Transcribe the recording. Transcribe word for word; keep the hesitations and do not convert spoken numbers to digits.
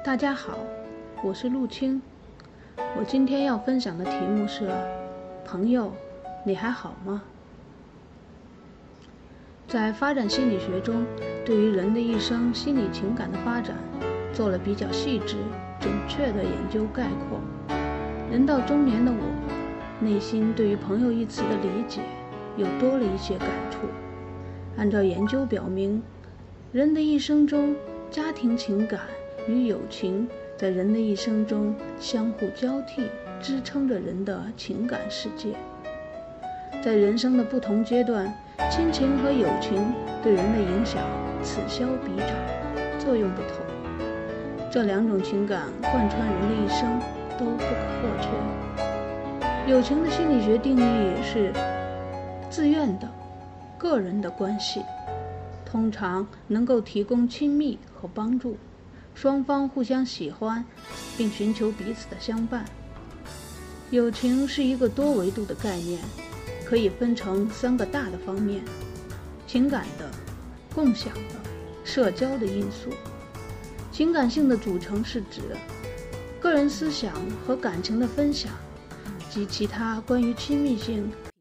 大家好，我是陆青。我今天要分享的题目是：朋友，你还好吗？在发展心理学中，对于人的一生心理情感的发展，做了比较细致、准确的研究概括。人到中年的我，内心对于朋友一词的理解，又多了一些感触。按照研究表明，人的一生中，家庭情感与友情在人的一生中相互交替，支撑着人的情感世界。在人生的不同阶段，亲情和友情对人的影响此消彼长，作用不同。这两种情感贯穿人的一生，都不可或缺。友情的心理学定义是自愿的、个人的关系，通常能够提供亲密和帮助，双方互相喜欢，并寻求彼此的相伴。友情是一个多维度的概念，可以分成三个大的方面：情感的、共享的、社交的因素。情感性的组成是指个人思想和感情的分享，及其他关于亲密性